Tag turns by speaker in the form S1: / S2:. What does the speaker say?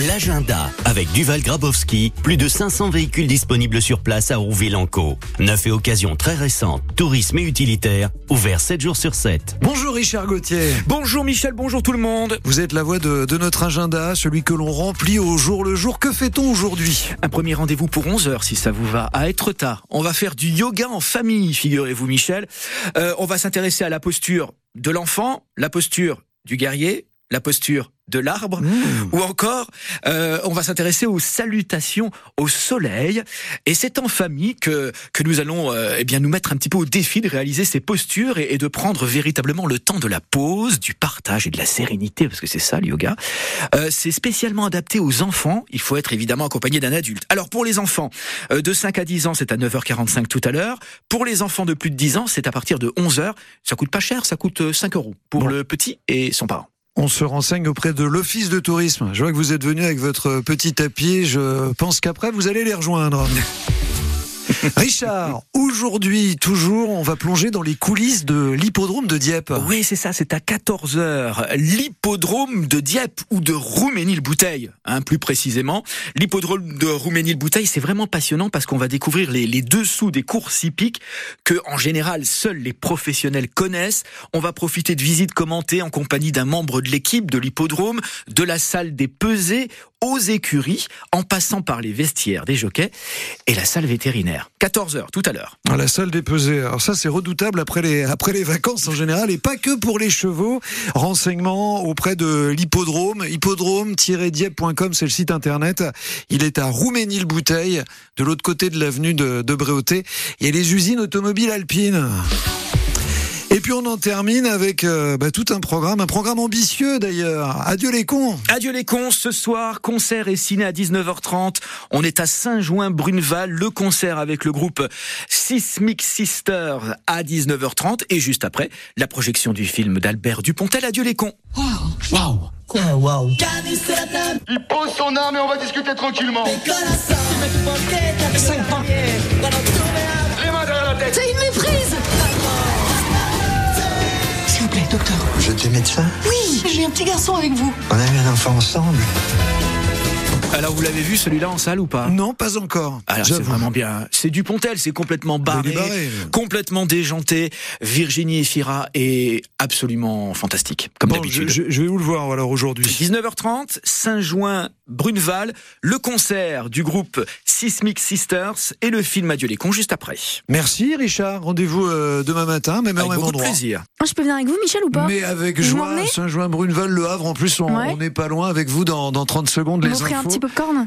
S1: L'agenda avec Duval Grabowski, plus de 500 véhicules disponibles sur place à Rouville-en-Caux. Neuf et occasions très récentes, tourisme et utilitaire, ouvert 7 jours sur 7.
S2: Bonjour Richard Gauthier.
S3: Bonjour Michel, bonjour tout le monde.
S2: Vous êtes la voix de notre agenda, celui que l'on remplit au jour le jour. Que fait-on aujourd'hui ?
S3: Un premier rendez-vous pour 11h si ça vous va, à Etretat. On va faire du yoga en famille, figurez-vous Michel. On va s'intéresser à la posture de l'enfant, la posture du guerrier, la posture de l'arbre, ou encore on va s'intéresser aux salutations au soleil, et c'est en famille que nous allons nous mettre un petit peu au défi de réaliser ces postures et de prendre véritablement le temps de la pause, du partage et de la sérénité, parce que c'est ça le yoga. C'est spécialement adapté aux enfants, il faut être évidemment accompagné d'un adulte. Alors pour les enfants de 5 à 10 ans, c'est à 9h45 tout à l'heure. Pour les enfants de plus de 10 ans, c'est à partir de 11h. Ça coûte pas cher, ça coûte 5 € pour le petit et son parent.
S2: On se renseigne auprès de l'Office de tourisme. Je vois que vous êtes venu avec votre petit tapis. Je pense qu'après, vous allez les rejoindre. Richard, aujourd'hui, toujours, on va plonger dans les coulisses de l'hippodrome de Dieppe.
S3: Oui, c'est ça, c'est à 14h. L'hippodrome de Dieppe, ou de Rouménil-Bouteille, plus précisément. L'hippodrome de Rouménil-Bouteille, c'est vraiment passionnant parce qu'on va découvrir les dessous des courses hippiques que, en général, seuls les professionnels connaissent. On va profiter de visites commentées en compagnie d'un membre de l'équipe de l'hippodrome, de la salle des pesées aux écuries, en passant par les vestiaires des jockeys et la salle vétérinaire. 14h, tout à l'heure.
S2: La salle des pesées. Alors ça, c'est redoutable après les vacances en général, et pas que pour les chevaux. Renseignements auprès de l'hippodrome. Hippodrome-dieppe.com, c'est le site internet. Il est à Rouménil-Bouteille, de l'autre côté de l'avenue de Bréauté. Il y a les usines automobiles alpines. Et puis on en termine avec tout un programme ambitieux d'ailleurs. Adieu les cons.
S3: Adieu les cons, ce soir, concert et ciné à 19h30. On est à Saint-Jouin-Bruneval, le concert avec le groupe Seismic Sisters à 19h30. Et juste après, la projection du film d'Albert Dupontel, Adieu les cons.
S4: Waouh. Quoi, waouh?
S5: Il pose son arme et on va discuter tranquillement.
S4: 5 points.
S5: Les mains derrière la tête.
S4: C'est une méprise. S'il vous plaît, docteur.
S6: Vous êtes médecin ?
S4: Oui, j'ai un petit garçon avec vous.
S6: On a eu un enfant ensemble.
S3: Alors vous l'avez vu celui-là en salle ou pas ?
S2: Non, pas encore.
S3: Alors c'est vraiment bien. C'est Dupontel, c'est complètement barré, complètement déjanté. Virginie Efira est absolument fantastique, comme d'habitude.
S2: Je vais où le voir alors aujourd'hui ?
S3: 19h30, Saint-Jouin-Bruneval, le concert du groupe Seismic Sisters et le film Adieu les cons juste après.
S2: Merci Richard, rendez-vous demain matin, même heure, même endroit.
S3: Avec beaucoup de plaisir.
S7: Je peux venir avec vous Michel ou pas ?
S2: Mais avec joie, Saint-Jouin-Bruneval, Le Havre, en plus on n'est pas loin avec vous dans 30 secondes.
S7: Vous
S2: les
S7: m'offrez
S2: infos.
S7: un petit popcorn ?